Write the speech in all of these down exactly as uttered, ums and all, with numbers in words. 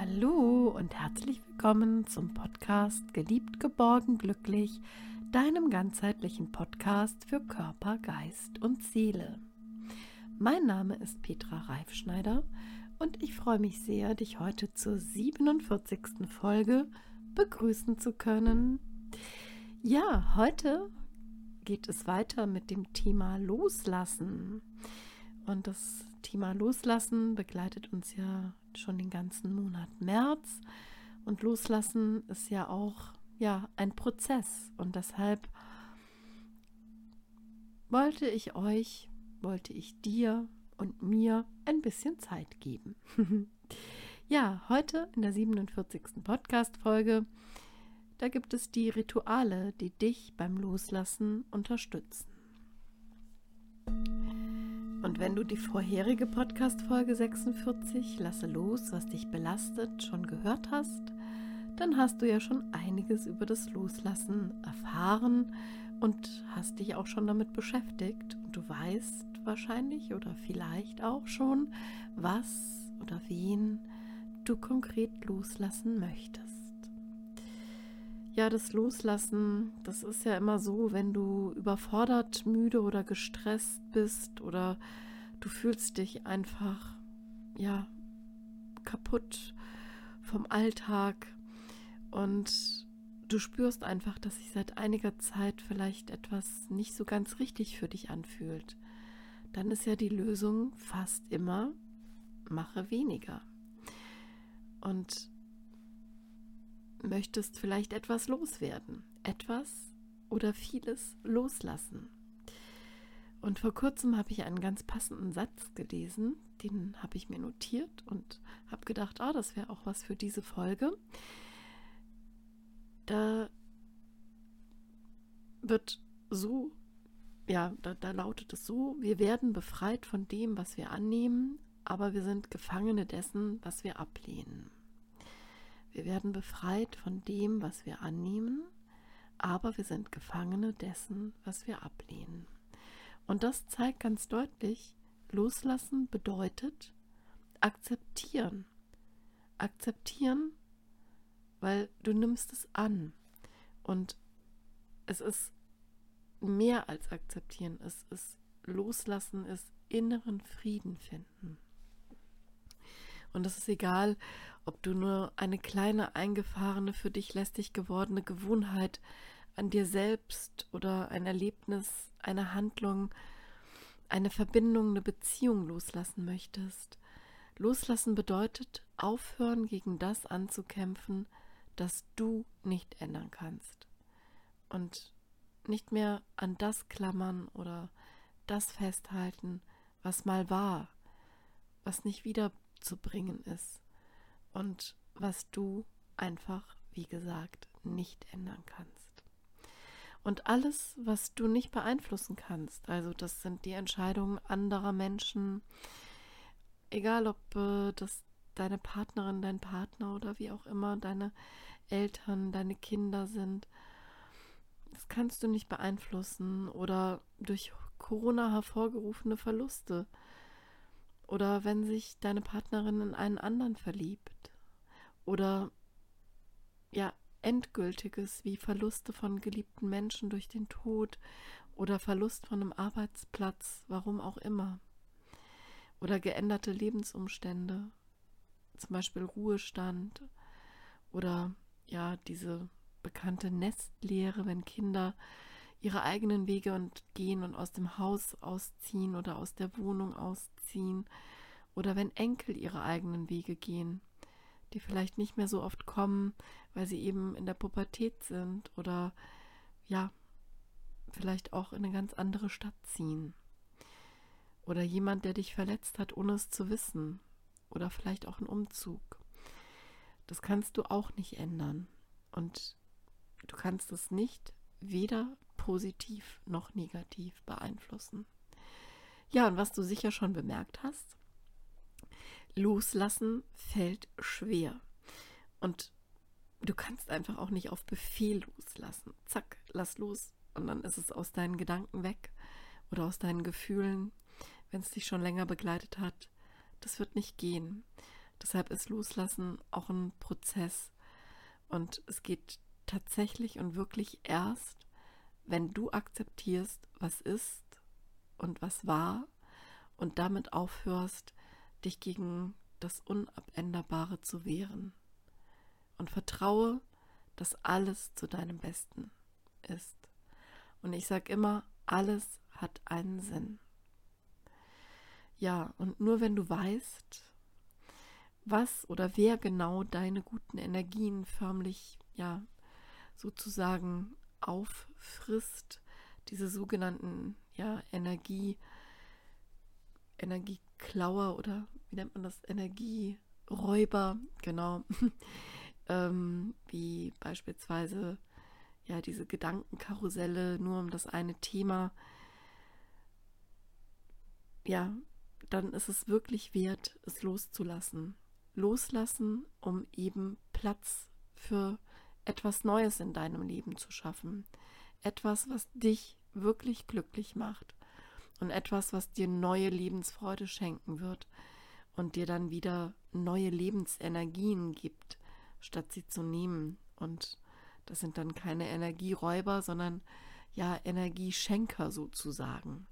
Hallo und herzlich willkommen zum Podcast Geliebt, geborgen, glücklich, deinem ganzheitlichen Podcast für Körper, Geist und Seele. Mein Name ist Petra Reifschneider und ich freue mich sehr, dich heute zur siebenundvierzigsten Folge begrüßen zu können. Ja, heute geht es weiter mit dem Thema Loslassen. Und das Thema Loslassen begleitet uns ja schon den ganzen Monat März. Und Loslassen ist ja auch ja, ein Prozess. Und deshalb wollte ich euch, wollte ich dir und mir ein bisschen Zeit geben. Ja, heute in der siebenundvierzigsten Podcast-Folge, da gibt es die Rituale, die dich beim Loslassen unterstützen. Und wenn du die vorherige Podcast-Folge sechsundvierzig, Lasse los, was dich belastet, schon gehört hast, dann hast du ja schon einiges über das Loslassen erfahren und hast dich auch schon damit beschäftigt. Und du weißt wahrscheinlich oder vielleicht auch schon, was oder wen du konkret loslassen möchtest. Ja, das Loslassen, das ist ja immer so, wenn du überfordert, müde oder gestresst bist oder du fühlst dich einfach, ja, kaputt vom Alltag und du spürst einfach, dass sich seit einiger Zeit vielleicht etwas nicht so ganz richtig für dich anfühlt. Dann ist ja die Lösung fast immer, mache weniger. Und möchtest vielleicht etwas loswerden, etwas oder vieles loslassen. Und vor kurzem habe ich einen ganz passenden Satz gelesen, den habe ich mir notiert und habe gedacht, ah, das wäre auch was für diese Folge. Da wird so, ja, da, da lautet es so, wir werden befreit von dem, was wir annehmen, aber wir sind Gefangene dessen, was wir ablehnen. Wir werden befreit von dem, was wir annehmen, aber wir sind Gefangene dessen, was wir ablehnen. Und das zeigt ganz deutlich, loslassen bedeutet akzeptieren. Akzeptieren, weil du nimmst es an. Und es ist mehr als akzeptieren. Es ist loslassen, ist inneren Frieden finden. Und es ist egal, ob du nur eine kleine, eingefahrene, für dich lästig gewordene Gewohnheit an dir selbst oder ein Erlebnis, eine Handlung, eine Verbindung, eine Beziehung loslassen möchtest. Loslassen bedeutet, aufhören, gegen das anzukämpfen, das du nicht ändern kannst. Und nicht mehr an das klammern oder das festhalten, was mal war, was nicht wieder zu bringen ist und was du einfach, wie gesagt, nicht ändern kannst. Und alles, was du nicht beeinflussen kannst, also das sind die Entscheidungen anderer Menschen, egal ob äh, das deine Partnerin, dein Partner oder wie auch immer, deine Eltern, deine Kinder sind, das kannst du nicht beeinflussen oder durch Corona hervorgerufene Verluste. Oder wenn sich deine Partnerin in einen anderen verliebt. Oder ja, Endgültiges wie Verluste von geliebten Menschen durch den Tod oder Verlust von einem Arbeitsplatz, warum auch immer. Oder geänderte Lebensumstände, zum Beispiel Ruhestand oder ja, diese bekannte Nestlehre, wenn Kinder ihre eigenen Wege und gehen und aus dem Haus ausziehen oder aus der Wohnung ausziehen oder wenn Enkel ihre eigenen Wege gehen, die vielleicht nicht mehr so oft kommen, weil sie eben in der Pubertät sind oder ja, vielleicht auch in eine ganz andere Stadt ziehen. Oder jemand, der dich verletzt hat, ohne es zu wissen. Oder vielleicht auch ein Umzug. Das kannst du auch nicht ändern. Und du kannst es nicht weder positiv noch negativ beeinflussen. Ja, und was du sicher schon bemerkt hast, loslassen fällt schwer. Und du kannst einfach auch nicht auf Befehl loslassen. Zack, lass los. Und dann ist es aus deinen Gedanken weg oder aus deinen Gefühlen, wenn es dich schon länger begleitet hat. Das wird nicht gehen. Deshalb ist Loslassen auch ein Prozess. Und es geht tatsächlich und wirklich erst, wenn du akzeptierst, was ist und was war und damit aufhörst, dich gegen das Unabänderbare zu wehren. Und vertraue, dass alles zu deinem Besten ist. Und ich sage immer, alles hat einen Sinn. Ja, und nur wenn du weißt, was oder wer genau deine guten Energien förmlich, ja, sozusagen auffrisst, diese sogenannten, ja, Energie, Energieklauer oder wie nennt man das? Energieräuber, genau, ähm, wie beispielsweise, ja, diese Gedankenkarusselle nur um das eine Thema, ja, dann ist es wirklich wert, es loszulassen. Loslassen, um eben Platz für etwas Neues in deinem Leben zu schaffen. Etwas, was dich wirklich glücklich macht und etwas, was dir neue Lebensfreude schenken wird und dir dann wieder neue Lebensenergien gibt, statt sie zu nehmen. Und das sind dann keine Energieräuber, sondern ja Energieschenker sozusagen.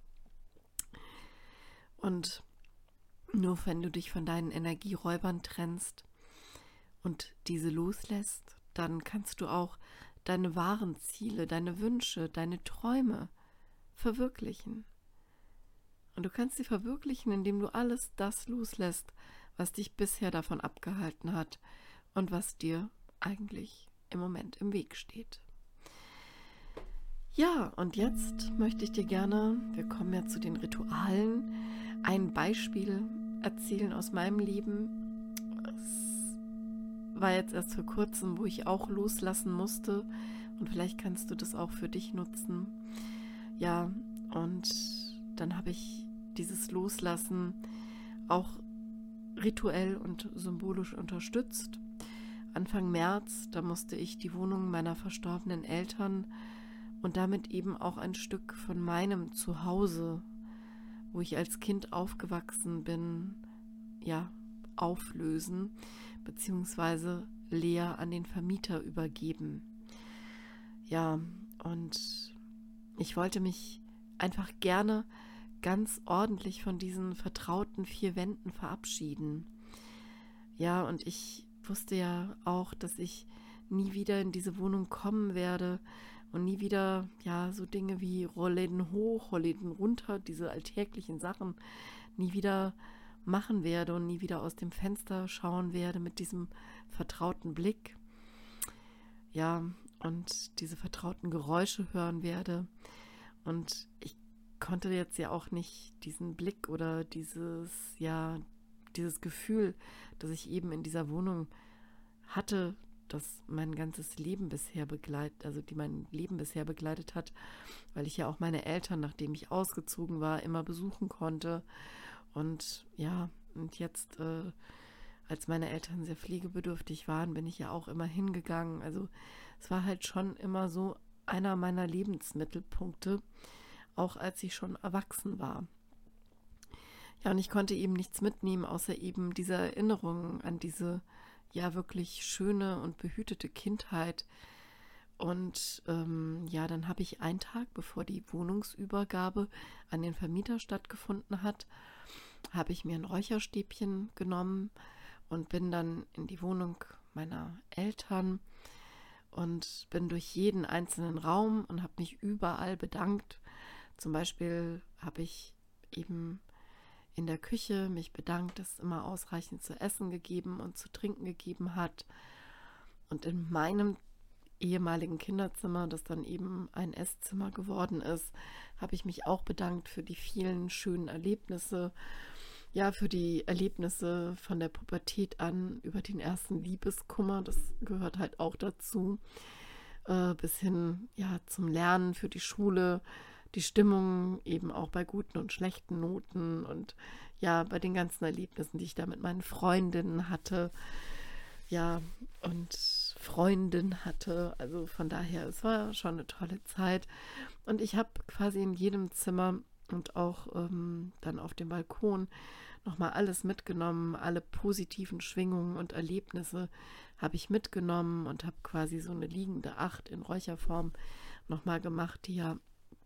Und nur wenn du dich von deinen Energieräubern trennst und diese loslässt, dann kannst du auch deine wahren Ziele, deine Wünsche, deine Träume verwirklichen. Und du kannst sie verwirklichen, indem du alles das loslässt, was dich bisher davon abgehalten hat und was dir eigentlich im Moment im Weg steht. Ja, und jetzt möchte ich dir gerne, wir kommen ja zu den Ritualen, ein Beispiel erzählen aus meinem Leben. Es war jetzt erst vor kurzem, wo ich auch loslassen musste und vielleicht kannst du das auch für dich nutzen. Ja, und dann habe ich dieses Loslassen auch rituell und symbolisch unterstützt. Anfang März, da musste ich die Wohnung meiner verstorbenen Eltern und damit eben auch ein Stück von meinem Zuhause, wo ich als Kind aufgewachsen bin, ja, auflösen, beziehungsweise leer an den Vermieter übergeben. Ja, und ich wollte mich einfach gerne ganz ordentlich von diesen vertrauten vier Wänden verabschieden. Ja, und ich wusste ja auch, dass ich nie wieder in diese Wohnung kommen werde und nie wieder, ja, so Dinge wie Rollläden hoch, Rollläden runter, diese alltäglichen Sachen nie wieder machen werde und nie wieder aus dem Fenster schauen werde mit diesem vertrauten Blick. Ja, und diese vertrauten Geräusche hören werde. Und ich konnte jetzt ja auch nicht diesen Blick oder dieses, ja, dieses Gefühl, das ich eben in dieser Wohnung hatte, das mein ganzes Leben bisher begleitet, also die mein Leben bisher begleitet hat, weil ich ja auch meine Eltern, nachdem ich ausgezogen war, immer besuchen konnte. Und ja, und jetzt, äh, als meine Eltern sehr pflegebedürftig waren, bin ich ja auch immer hingegangen. Also es war halt schon immer so einer meiner Lebensmittelpunkte, auch als ich schon erwachsen war. Ja, und ich konnte eben nichts mitnehmen, außer eben diese Erinnerungen an diese ja wirklich schöne und behütete Kindheit. Und ähm, ja, dann habe ich einen Tag, bevor die Wohnungsübergabe an den Vermieter stattgefunden hat, habe ich mir ein Räucherstäbchen genommen und bin dann in die Wohnung meiner Eltern und bin durch jeden einzelnen Raum und habe mich überall bedankt. Zum Beispiel habe ich eben in der Küche mich bedankt, dass es immer ausreichend zu essen gegeben und zu trinken gegeben hat. Und in meinem ehemaligen Kinderzimmer, das dann eben ein Esszimmer geworden ist, habe ich mich auch bedankt für die vielen schönen Erlebnisse, ja, für die Erlebnisse von der Pubertät an, über den ersten Liebeskummer, das gehört halt auch dazu, äh, bis hin, ja, zum Lernen für die Schule, die Stimmung eben auch bei guten und schlechten Noten und ja, bei den ganzen Erlebnissen, die ich da mit meinen Freundinnen hatte, ja, und Freundin hatte. Also von daher, es war schon eine tolle Zeit. Und ich habe quasi in jedem Zimmer und auch ähm, dann auf dem Balkon nochmal alles mitgenommen, alle positiven Schwingungen und Erlebnisse habe ich mitgenommen und habe quasi so eine liegende Acht in Räucherform nochmal gemacht, die ja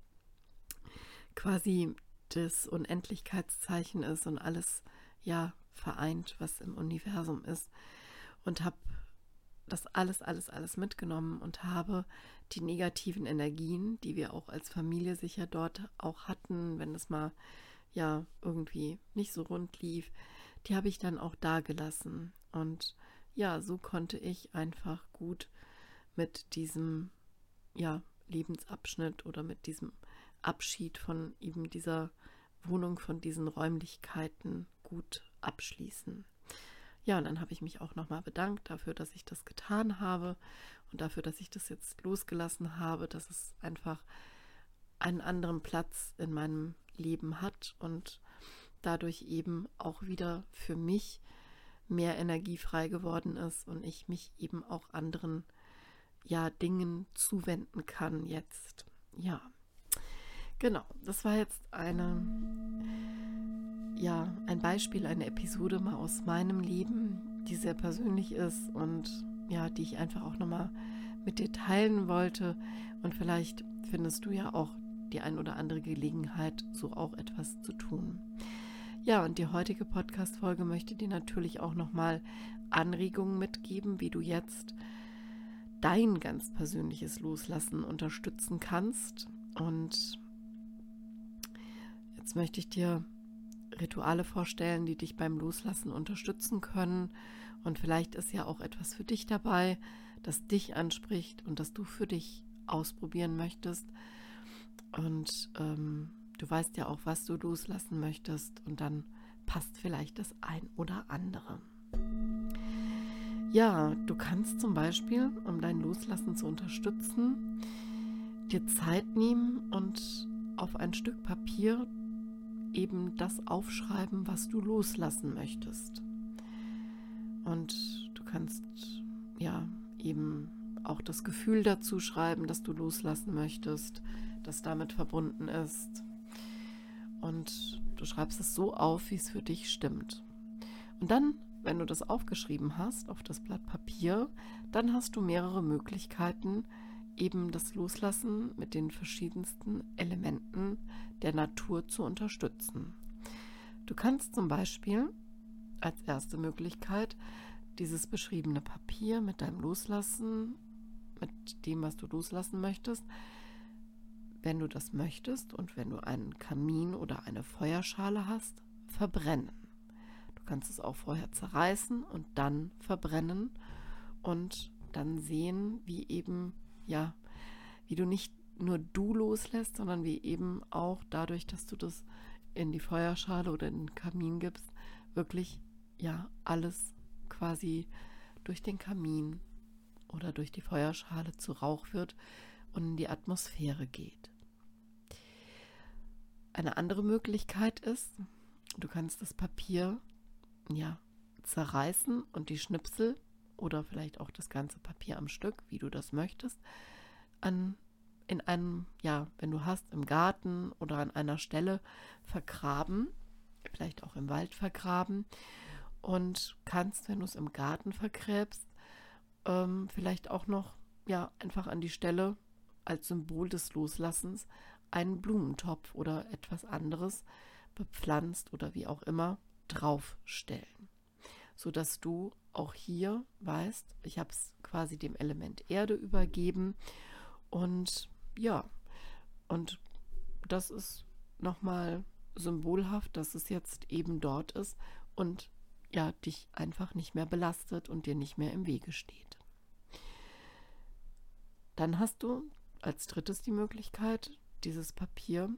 quasi das Unendlichkeitszeichen ist und alles ja vereint, was im Universum ist, und habe das alles, alles, alles mitgenommen und habe die negativen Energien, die wir auch als Familie sicher dort auch hatten, wenn es mal ja irgendwie nicht so rund lief, die habe ich dann auch da gelassen. Und ja, so konnte ich einfach gut mit diesem ja, Lebensabschnitt oder mit diesem Abschied von eben dieser Wohnung, von diesen Räumlichkeiten gut abschließen. Ja, und dann habe ich mich auch nochmal bedankt dafür, dass ich das getan habe und dafür, dass ich das jetzt losgelassen habe, dass es einfach einen anderen Platz in meinem Leben hat und dadurch eben auch wieder für mich mehr Energie frei geworden ist und ich mich eben auch anderen ja, Dingen zuwenden kann jetzt. Ja, genau, das war jetzt eine, ja, ein Beispiel, eine Episode mal aus meinem Leben, die sehr persönlich ist und ja, die ich einfach auch nochmal mit dir teilen wollte. Und vielleicht findest du ja auch die ein oder andere Gelegenheit, so auch etwas zu tun. Ja, und die heutige Podcast-Folge möchte dir natürlich auch nochmal Anregungen mitgeben, wie du jetzt dein ganz persönliches Loslassen unterstützen kannst. Und jetzt möchte ich dir Rituale vorstellen, die dich beim Loslassen unterstützen können. Und vielleicht ist ja auch etwas für dich dabei, das dich anspricht und das du für dich ausprobieren möchtest. Und ähm, du weißt ja auch, was du loslassen möchtest, und dann passt vielleicht das ein oder andere. Ja, du kannst zum Beispiel, um dein Loslassen zu unterstützen, dir Zeit nehmen und auf ein Stück Papier eben das aufschreiben, was du loslassen möchtest. Und du kannst ja eben auch das Gefühl dazu schreiben, dass du loslassen möchtest, das damit verbunden ist. Und du schreibst es so auf, wie es für dich stimmt. Und dann, wenn du das aufgeschrieben hast auf das Blatt Papier, dann hast du mehrere Möglichkeiten, eben das Loslassen mit den verschiedensten Elementen der Natur zu unterstützen. Du kannst zum Beispiel als erste Möglichkeit dieses beschriebene Papier mit deinem Loslassen, mit dem, was du loslassen möchtest, wenn du das möchtest und wenn du einen Kamin oder eine Feuerschale hast, verbrennen. Du kannst es auch vorher zerreißen und dann verbrennen und dann sehen, wie eben, ja, wie du nicht nur du loslässt, sondern wie eben auch dadurch, dass du das in die Feuerschale oder in den Kamin gibst, wirklich, ja, alles quasi durch den Kamin oder durch die Feuerschale zu Rauch wird und in die Atmosphäre geht. Eine andere Möglichkeit ist, du kannst das Papier ja, zerreißen und die Schnipsel oder vielleicht auch das ganze Papier am Stück, wie du das möchtest, an, in einem, ja, wenn du hast, im Garten oder an einer Stelle vergraben, vielleicht auch im Wald vergraben, und kannst, wenn du es im Garten vergräbst, ähm, vielleicht auch noch, ja, einfach an die Stelle als Symbol des Loslassens einen Blumentopf oder etwas anderes bepflanzt oder wie auch immer draufstellen, sodass du auch hier weißt, ich habe es quasi dem Element Erde übergeben, und ja, und das ist nochmal symbolhaft, dass es jetzt eben dort ist und ja, dich einfach nicht mehr belastet und dir nicht mehr im Wege steht. Dann hast du als drittes die Möglichkeit, dieses Papier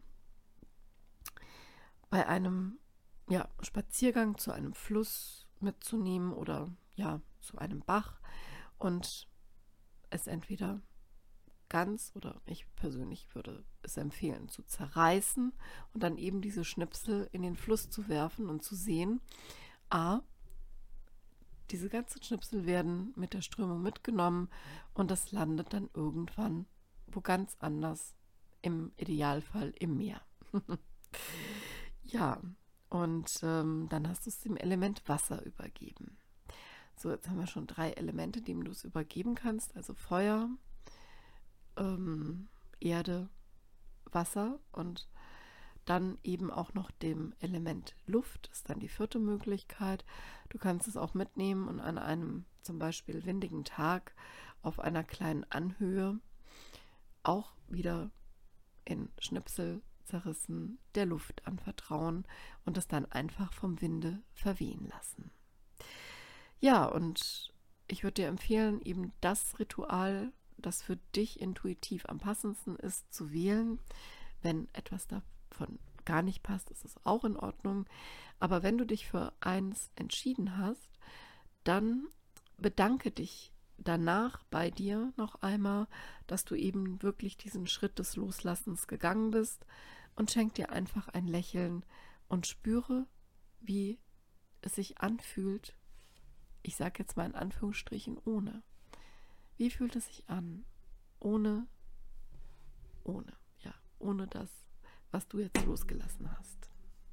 bei einem ja, Spaziergang zu einem Fluss mitzunehmen oder ja, zu einem Bach und es entweder ganz, oder ich persönlich würde es empfehlen, zu zerreißen und dann eben diese Schnipsel in den Fluss zu werfen und zu sehen, a, diese ganzen Schnipsel werden mit der Strömung mitgenommen und das landet dann irgendwann wo ganz anders, im Idealfall im Meer. Ja, Und ähm, dann hast du es dem Element Wasser übergeben. So, jetzt haben wir schon drei Elemente, denen du es übergeben kannst. Also Feuer, ähm, Erde, Wasser und dann eben auch noch dem Element Luft ist dann die vierte Möglichkeit. Du kannst es auch mitnehmen und an einem zum Beispiel windigen Tag auf einer kleinen Anhöhe auch wieder in Schnipsel zerrissen der Luft anvertrauen und es dann einfach vom Winde verwehen lassen. Ja, und ich würde dir empfehlen, eben das Ritual, das für dich intuitiv am passendsten ist, zu wählen. Wenn etwas davon gar nicht passt, ist es auch in Ordnung. Aber wenn du dich für eins entschieden hast, dann bedanke dich danach bei dir noch einmal, dass du eben wirklich diesen Schritt des Loslassens gegangen bist und schenk dir einfach ein Lächeln und spüre, wie es sich anfühlt. Ich sage jetzt mal in Anführungsstrichen ohne. Wie fühlt es sich an? Ohne, ohne, ja, ohne das, was du jetzt losgelassen hast.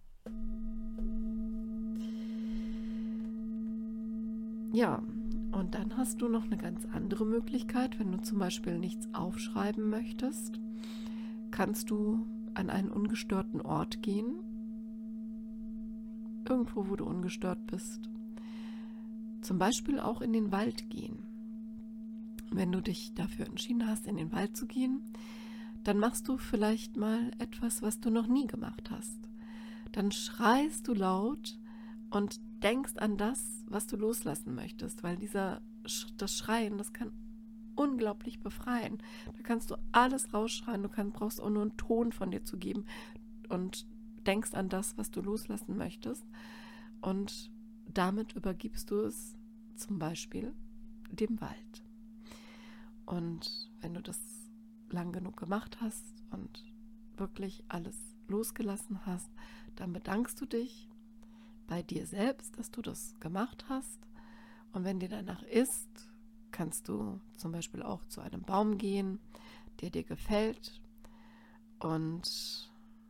Ja, und dann hast du noch eine ganz andere Möglichkeit. Wenn du zum Beispiel nichts aufschreiben möchtest, kannst du an einen ungestörten Ort gehen. Irgendwo, wo du ungestört bist. Zum Beispiel auch in den Wald gehen. Wenn du dich dafür entschieden hast, in den Wald zu gehen, dann machst du vielleicht mal etwas, was du noch nie gemacht hast. Dann schreist du laut und denkst an das, was du loslassen möchtest, weil dieser, das Schreien, das kann unglaublich befreien. Da kannst du alles rausschreien, du kannst, brauchst auch nur einen Ton von dir zu geben und denkst an das, was du loslassen möchtest, und damit übergibst du es zum Beispiel dem Wald. Und wenn du das lang genug gemacht hast und wirklich alles losgelassen hast, dann bedankst du dich bei dir selbst, dass du das gemacht hast. Und wenn dir danach ist, kannst du zum Beispiel auch zu einem Baum gehen, der dir gefällt, und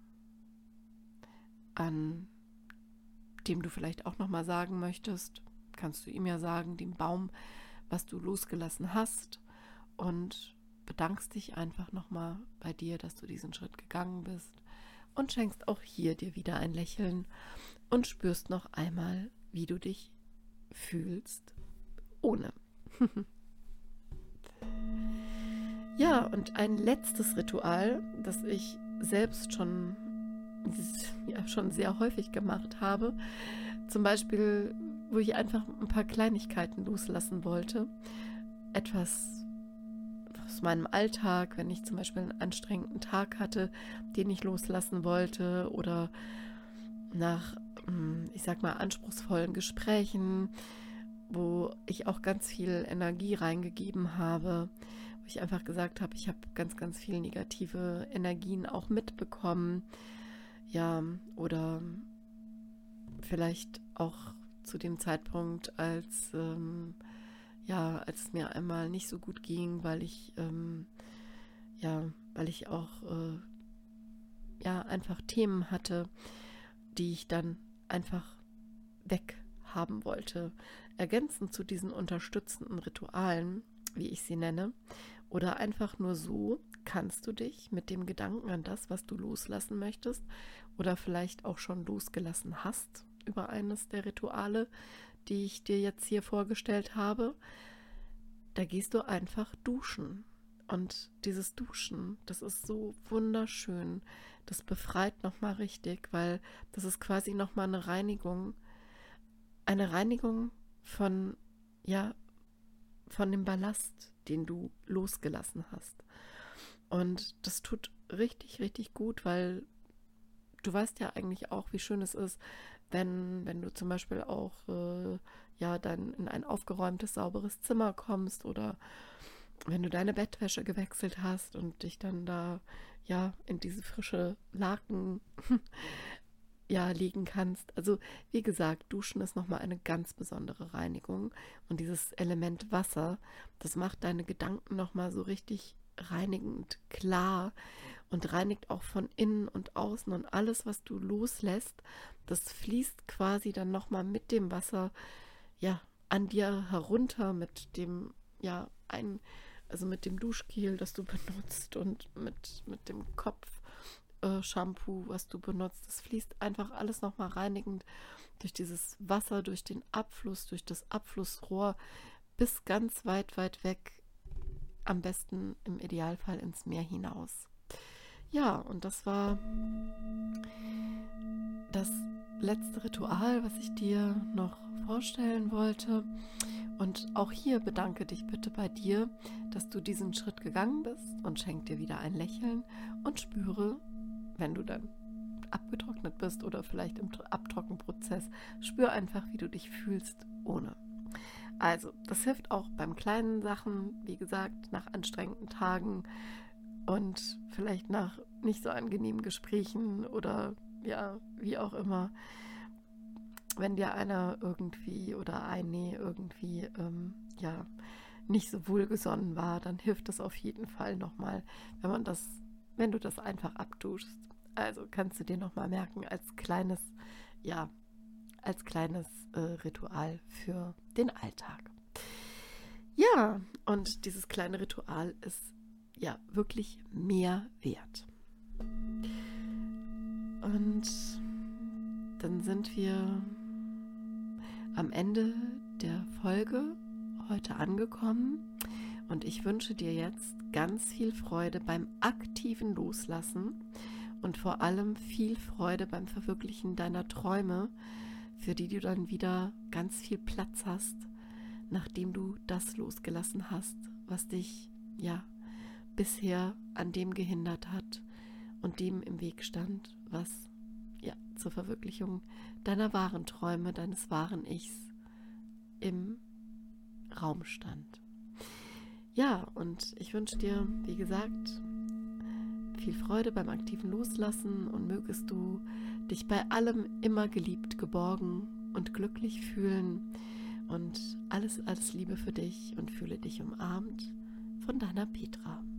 an dem du vielleicht auch nochmal sagen möchtest, kannst du ihm ja sagen, dem Baum, was du losgelassen hast, und bedankst dich einfach nochmal bei dir, dass du diesen Schritt gegangen bist, und schenkst auch hier dir wieder ein Lächeln und spürst noch einmal, wie du dich fühlst, ohne. Ja, und ein letztes Ritual, das ich selbst schon, ja, schon sehr häufig gemacht habe, zum Beispiel, wo ich einfach ein paar Kleinigkeiten loslassen wollte, etwas aus meinem Alltag, wenn ich zum Beispiel einen anstrengenden Tag hatte, den ich loslassen wollte, oder nach, ich sag mal, anspruchsvollen Gesprächen, wo ich auch ganz viel Energie reingegeben habe, wo ich einfach gesagt habe, ich habe ganz, ganz viel negative Energien auch mitbekommen, ja, oder vielleicht auch zu dem Zeitpunkt, als ähm, ja, als es mir einmal nicht so gut ging, weil ich ähm, ja, weil ich auch äh, ja einfach Themen hatte, die ich dann einfach weghaben wollte. Ergänzend zu diesen unterstützenden Ritualen, wie ich sie nenne, oder einfach nur so, kannst du dich mit dem Gedanken an das, was du loslassen möchtest, oder vielleicht auch schon losgelassen hast, über eines der Rituale, die ich dir jetzt hier vorgestellt habe, da gehst du einfach duschen. Und dieses Duschen, das ist so wunderschön. Das befreit nochmal richtig, weil das ist quasi nochmal eine Reinigung, eine Reinigung von, ja, von dem Ballast, den du losgelassen hast. Und das tut richtig, richtig gut, weil du weißt ja eigentlich auch, wie schön es ist, wenn, wenn du zum Beispiel auch äh, ja, dann in ein aufgeräumtes, sauberes Zimmer kommst, oder wenn du deine Bettwäsche gewechselt hast und dich dann da ja in diese frische Laken ja legen kannst. Also wie gesagt, Duschen ist nochmal eine ganz besondere Reinigung, und dieses Element Wasser, das macht deine Gedanken nochmal so richtig reinigend klar und reinigt auch von innen und außen, und alles, was du loslässt, das fließt quasi dann nochmal mit dem Wasser, ja, an dir herunter, mit dem, ja, ein, also mit dem Duschgel, das du benutzt, und mit, mit dem Kopf-Shampoo, was du benutzt. Das fließt einfach alles nochmal reinigend durch dieses Wasser, durch den Abfluss, durch das Abflussrohr bis ganz weit, weit weg, am besten im Idealfall ins Meer hinaus. Ja, und das war das letzte Ritual, was ich dir noch vorstellen wollte. Und auch hier bedanke dich bitte bei dir, dass du diesen Schritt gegangen bist, und schenk dir wieder ein Lächeln und spüre, wenn du dann abgetrocknet bist oder vielleicht im Abtrockenprozess, spür einfach, wie du dich fühlst ohne. Also, das hilft auch beim kleinen Sachen, wie gesagt, nach anstrengenden Tagen und vielleicht nach nicht so angenehmen Gesprächen oder ja, wie auch immer. Wenn dir einer irgendwie oder eine irgendwie ähm, ja, nicht so wohlgesonnen war, dann hilft das auf jeden Fall nochmal, wenn man das, wenn du das einfach abduschst. Also kannst du dir nochmal merken als kleines, ja, als kleines äh, Ritual für den Alltag. Ja, und dieses kleine Ritual ist ja wirklich mehr wert. Und dann sind wir am Ende der Folge heute angekommen, und ich wünsche dir jetzt ganz viel Freude beim aktiven Loslassen und vor allem viel Freude beim Verwirklichen deiner Träume, für die du dann wieder ganz viel Platz hast, nachdem du das losgelassen hast, was dich ja bisher an dem gehindert hat und dem im Weg stand, was ja zur Verwirklichung deiner wahren Träume, deines wahren Ichs im Raum stand. Ja, und ich wünsche dir, wie gesagt, viel Freude beim aktiven Loslassen, und mögest du dich bei allem immer geliebt, geborgen und glücklich fühlen, und alles, alles Liebe für dich, und fühle dich umarmt von deiner Petra.